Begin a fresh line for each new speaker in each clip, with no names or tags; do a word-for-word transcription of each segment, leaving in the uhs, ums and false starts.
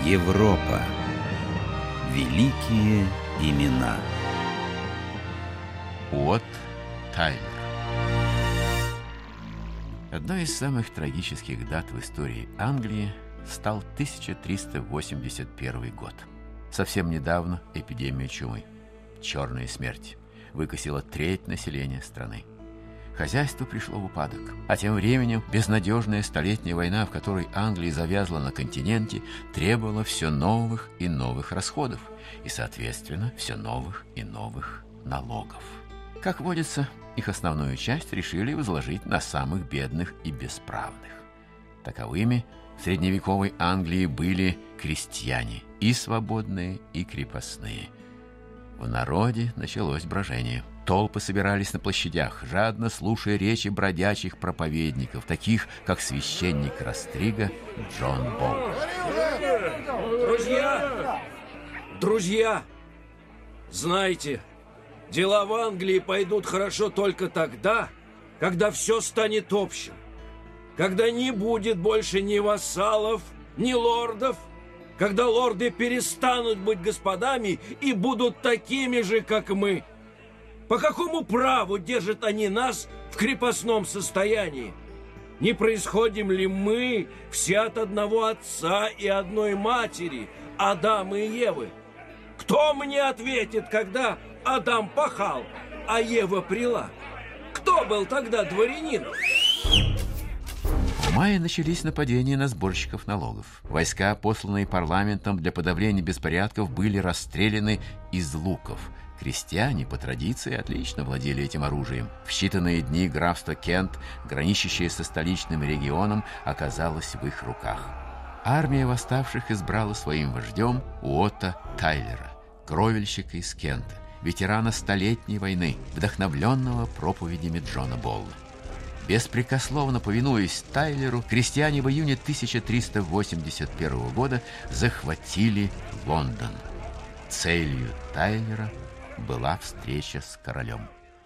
Европа. Великие имена. Уотт Тайлер. Одной из самых трагических дат в истории Англии стал тысяча триста восемьдесят первый год. Совсем недавно эпидемия чумы, черная смерть, выкосила треть населения страны. Хозяйство пришло в упадок, а тем временем безнадежная столетняя война, в которой Англия завязла на континенте, требовала все новых и новых расходов и, соответственно, все новых и новых налогов. Как водится, их основную часть решили возложить на самых бедных и бесправных. Таковыми в средневековой Англии были крестьяне, и свободные, и крепостные. В народе началось брожение. Толпы собирались на площадях, жадно слушая речи бродячих проповедников, таких как священник Растрига Джон Боуэр.
Друзья! Друзья! Знайте, дела в Англии пойдут хорошо только тогда, когда все станет общим. Когда не будет больше ни вассалов, ни лордов, когда лорды перестанут быть господами и будут такими же, как мы. По какому праву держат они нас в крепостном состоянии? Не происходим ли мы все от одного отца и одной матери, Адама и Евы? Кто мне ответит, когда Адам пахал, а Ева прила? Кто был тогда дворянином?
В мае начались нападения на сборщиков налогов. Войска, посланные парламентом для подавления беспорядков, были расстреляны из луков. Крестьяне, по традиции, отлично владели этим оружием. В считанные дни графство Кент, граничащее со столичным регионом, оказалось в их руках. Армия восставших избрала своим вождем Уотта Тайлера, кровельщика из Кента, ветерана Столетней войны, вдохновленного проповедями Джона Болла. Беспрекословно повинуясь Тайлеру, крестьяне в июне тысяча триста восемьдесят первого года захватили Лондон. Целью Тайлера была встреча с королем.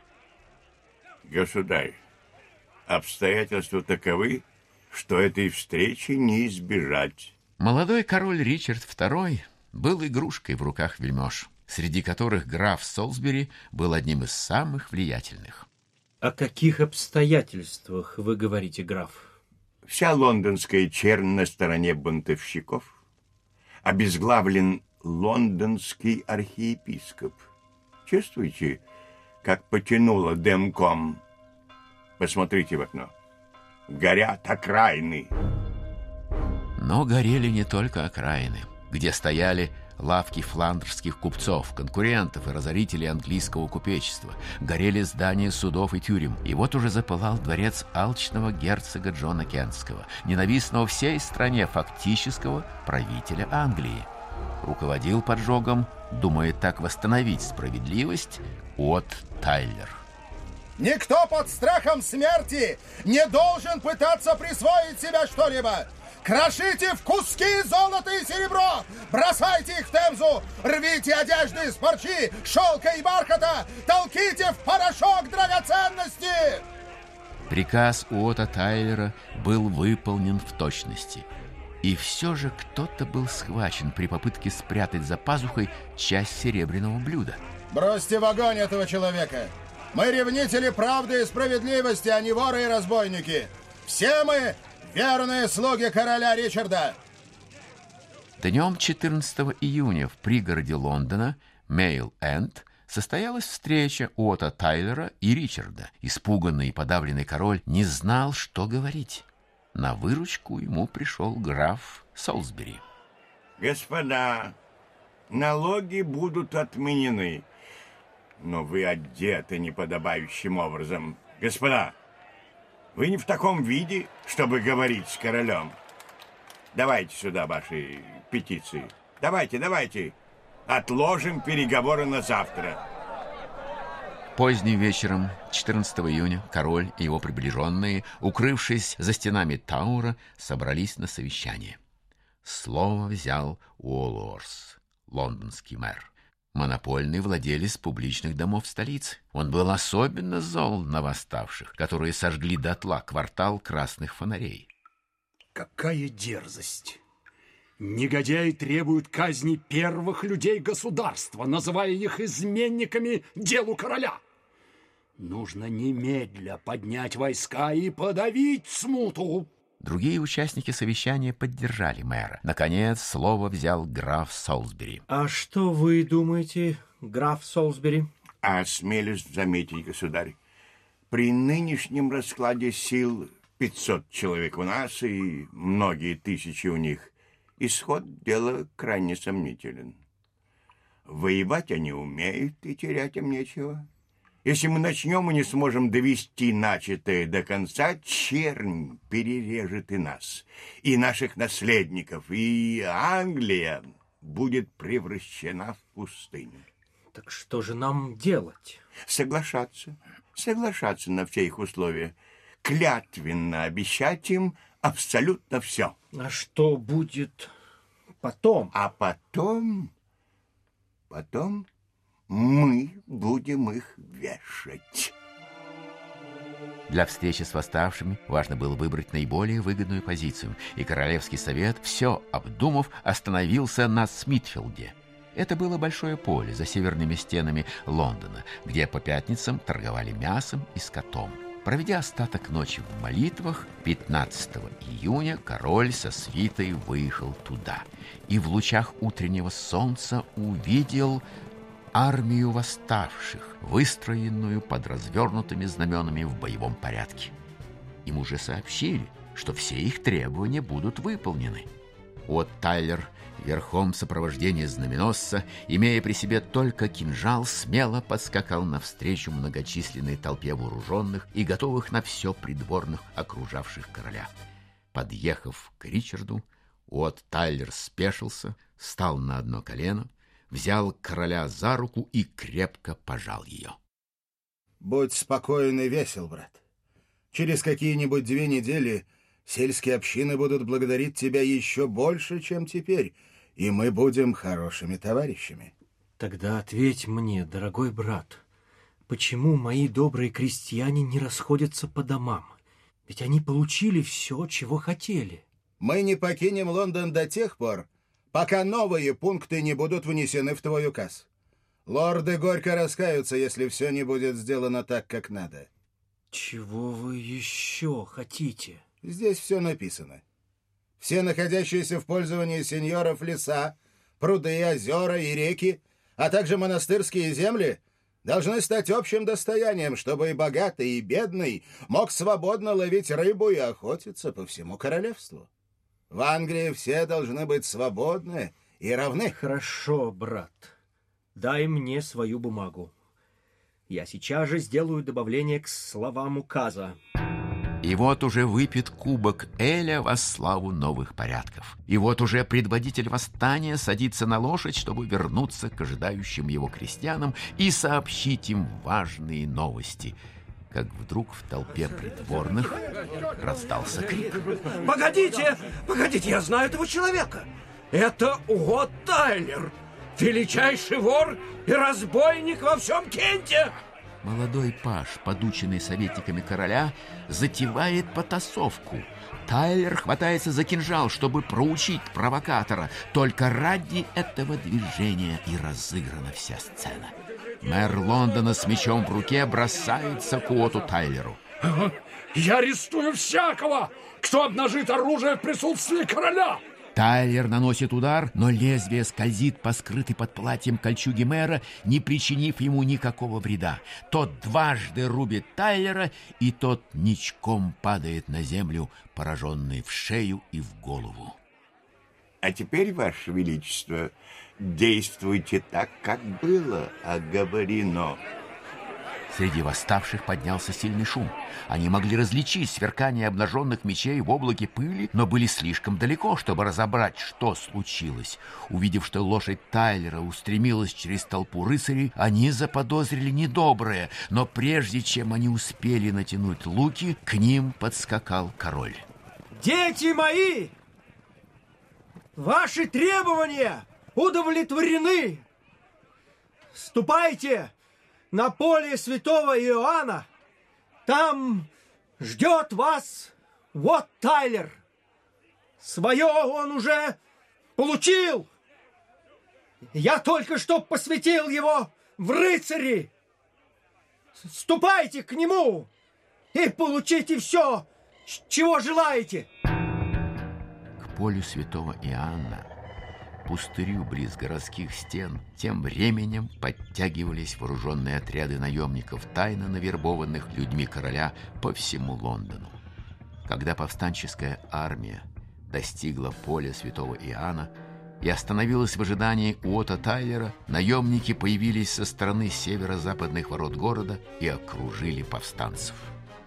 Государь, обстоятельства таковы, что этой встречи не избежать.
Молодой король Ричард второй был игрушкой в руках вельмож, среди которых граф Солсбери был одним из самых влиятельных.
О каких обстоятельствах вы говорите, граф?
Вся лондонская чернь на стороне бунтовщиков. Обезглавлен лондонский архиепископ. Чувствуете, как потянуло дымком? Посмотрите в окно. Горят окраины.
Но горели не только окраины, где стояли лавки фландерских купцов, конкурентов и разорителей английского купечества. Горели здания судов и тюрем. И вот уже запылал дворец алчного герцога Джона Кентского, ненавистного всей стране фактического правителя Англии. Руководил поджогом, думая так восстановить справедливость, Уотт Тайлер.
Никто под страхом смерти не должен пытаться присвоить себе что-либо. Крошите в куски золото и серебро, бросайте их в Темзу, рвите одежды из парчи, шелка и бархата, толките в порошок драгоценности.
Приказ Уотта Тайлера был выполнен в точности. И все же кто-то был схвачен при попытке спрятать за пазухой часть серебряного блюда.
Бросьте в огонь этого человека. Мы ревнители правды и справедливости, а не воры и разбойники. Все мы верные слуги короля Ричарда.
Днем четырнадцатого июня в пригороде Лондона, Мейл-Энд, состоялась встреча Уотта Тайлера и Ричарда. Испуганный и подавленный король не знал, что говорить. На выручку ему пришел граф Солсбери.
Господа, налоги будут отменены, но вы одеты неподобающим образом. Господа, вы не в таком виде, чтобы говорить с королем. Давайте сюда ваши петиции. Давайте, давайте. Отложим переговоры на завтра.
Поздним вечером четырнадцатого июня король и его приближенные, укрывшись за стенами Таура, собрались на совещание. Слово взял Уолуорс, лондонский мэр, монопольный владелец публичных домов столицы. Он был особенно зол на восставших, которые сожгли дотла квартал красных фонарей.
Какая дерзость! Негодяи требуют казни первых людей государства, называя их изменниками делу короля. Нужно немедля поднять войска и подавить смуту.
Другие участники совещания поддержали мэра. Наконец, слово взял граф Солсбери.
А что вы думаете, граф Солсбери?
Осмелюсь заметить, государь, при нынешнем раскладе сил пятьсот человек у нас и многие тысячи у них, исход дела крайне сомнителен. Воевать они умеют, и терять им нечего. Если мы начнем и не сможем довести начатое до конца, чернь перережет и нас, и наших наследников, и Англия будет превращена в пустыню.
Так что же нам делать?
Соглашаться, соглашаться на все их условия, клятвенно обещать им абсолютно все.
А что будет потом?
А потом, потом мы будем их вешать.
Для встречи с восставшими важно было выбрать наиболее выгодную позицию, и Королевский совет, все обдумав, остановился на Смитфилде. Это было большое поле за северными стенами Лондона, где по пятницам торговали мясом и скотом. Проведя остаток ночи в молитвах, пятнадцатого июня король со свитой выехал туда и в лучах утреннего солнца увидел армию восставших, выстроенную под развернутыми знаменами в боевом порядке. Им уже сообщили, что все их требования будут выполнены. Уотт Тайлер верхом в сопровождении знаменосца, имея при себе только кинжал, смело подскакал навстречу многочисленной толпе вооруженных и готовых на все придворных, окружавших короля. Подъехав к Ричарду, Уотт Тайлер спешился, встал на одно колено, взял короля за руку и крепко пожал ее.
Будь спокоен и весел, брат. Через какие-нибудь две недели сельские общины будут благодарить тебя еще больше, чем теперь, и мы будем хорошими товарищами.
Тогда ответь мне, дорогой брат, почему мои добрые крестьяне не расходятся по домам? Ведь они получили все, чего хотели.
Мы не покинем Лондон до тех пор, пока новые пункты не будут внесены в твой указ. Лорды горько раскаются, если все не будет сделано так, как надо.
Чего вы еще хотите?
Здесь все написано. Все находящиеся в пользовании сеньоров леса, пруды, озера и реки, а также монастырские земли должны стать общим достоянием, чтобы и богатый, и бедный мог свободно ловить рыбу и охотиться по всему королевству. В Англии все должны быть свободны и равны.
Хорошо, брат. Дай мне свою бумагу. Я сейчас же сделаю добавление к словам указа.
И вот уже выпит кубок эля во славу новых порядков. И вот уже предводитель восстания садится на лошадь, чтобы вернуться к ожидающим его крестьянам и сообщить им важные новости. Как вдруг в толпе придворных раздался крик.
Погодите, погодите, я знаю этого человека. Это Уотт Тайлер, величайший вор и разбойник во всем Кенте.
Молодой паж, подученный советниками короля, затевает потасовку. Тайлер хватается за кинжал, чтобы проучить провокатора. Только ради этого движения и разыграна вся сцена. Мэр Лондона с мечом в руке бросается к Уотту Тайлеру.
Я арестую всякого, кто обнажит оружие в присутствии короля.
Тайлер наносит удар, но лезвие скользит по скрытой под платьем кольчуге мэра, не причинив ему никакого вреда. Тот дважды рубит Тайлера, и тот ничком падает на землю, пораженный в шею и в голову.
А теперь, Ваше Величество, действуйте так, как было оговорено.
Среди восставших поднялся сильный шум. Они могли различить сверкание обнаженных мечей в облаке пыли, но были слишком далеко, чтобы разобрать, что случилось. Увидев, что лошадь Тайлера устремилась через толпу рыцарей, они заподозрили недоброе, но прежде чем они успели натянуть луки, к ним подскакал король.
Дети мои! Ваши требования удовлетворены! Ступайте на поле святого Иоанна. Там ждет вас Уотт Тайлер. Свое он уже Получил! Я только что посвятил его в рыцари. Ступайте к нему и получите все, чего желаете.
К полю святого Иоанна, пустырю близ городских стен, тем временем подтягивались вооруженные отряды наемников, тайно навербованных людьми короля по всему Лондону. Когда повстанческая армия достигла поля святого Иоанна и остановилась в ожидании Уотта Тайлера, наемники появились со стороны северо-западных ворот города и окружили повстанцев.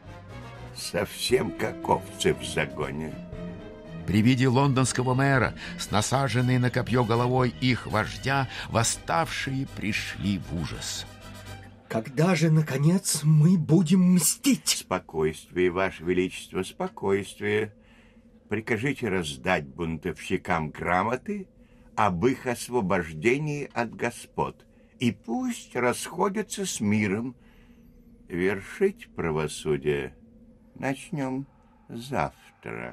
Совсем как овцы в загоне.
При виде лондонского мэра с насаженной на копье головой их вождя восставшие пришли в ужас.
Когда же, наконец, мы будем мстить?
Спокойствие, Ваше Величество, спокойствие. Прикажите раздать бунтовщикам грамоты об их освобождении от господ, и пусть расходятся с миром. Вершить правосудие начнем завтра.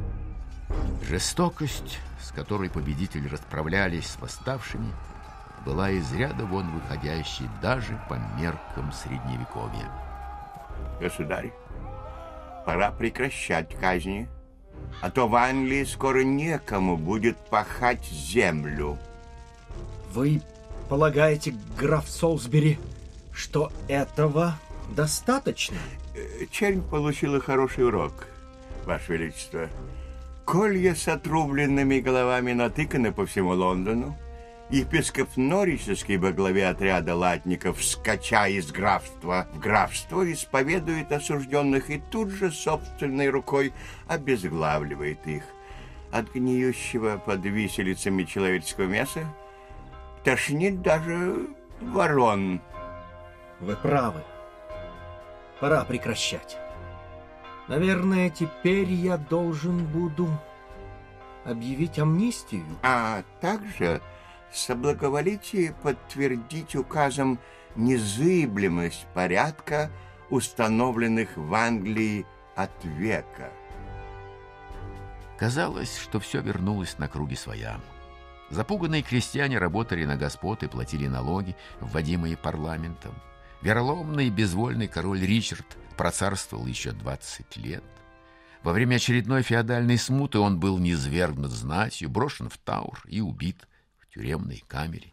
Жестокость, с которой победители расправлялись с восставшими, была из ряда вон выходящей даже по меркам Средневековья.
Государь, пора прекращать казни, а то в Англии скоро некому будет пахать землю.
Вы полагаете, граф Солсбери, что этого достаточно?
Чернь получила хороший урок, Ваше Величество. Колья с отрубленными головами натыканы по всему Лондону. Епископ Норрисский во главе отряда латников, скача из графства в графство, исповедует осужденных и тут же собственной рукой обезглавливает их. От гниющего под виселицами человеческого мяса тошнит даже ворон.
Вы правы. Пора прекращать. Наверное, теперь я должен буду объявить амнистию.
А также соблаговолите подтвердить указом незыблемость порядка, установленных в Англии от века.
Казалось, что все вернулось на круги своя. Запуганные крестьяне работали на господ и платили налоги, вводимые парламентом. Вероломный и безвольный король Ричард процарствовал еще двадцать лет. Во время очередной феодальной смуты он был низвергнут знатью, брошен в Тауэр и убит в тюремной камере.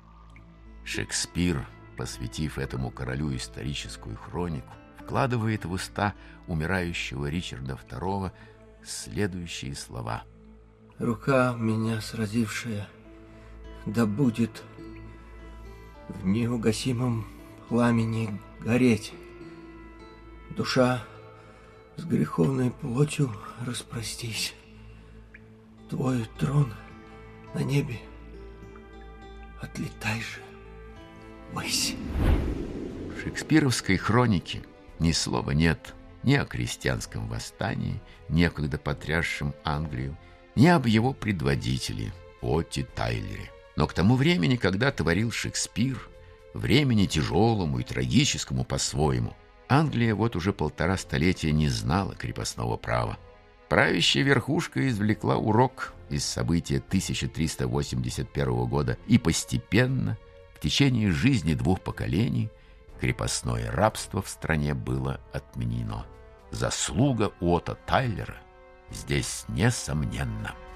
Шекспир, посвятив этому королю историческую хронику, вкладывает в уста умирающего Ричарда второго следующие слова.
«Рука, меня сразившая, да будет в неугасимом пламени гореть. Душа, с греховной плотью распростись. Твой трон на небе, отлетай же ввысь».
В шекспировской хронике ни слова нет ни о крестьянском восстании, некогда потрясшем Англию, ни об его предводителе Уотте Тайлере. Но к тому времени, когда творил Шекспир, времени тяжелому и трагическому по-своему, Англия вот уже полтора столетия не знала крепостного права. Правящая верхушка извлекла урок из события тысяча триста восемьдесят первого года, и постепенно, в течение жизни двух поколений, крепостное рабство в стране было отменено. Заслуга Уотта Тайлера здесь несомненна.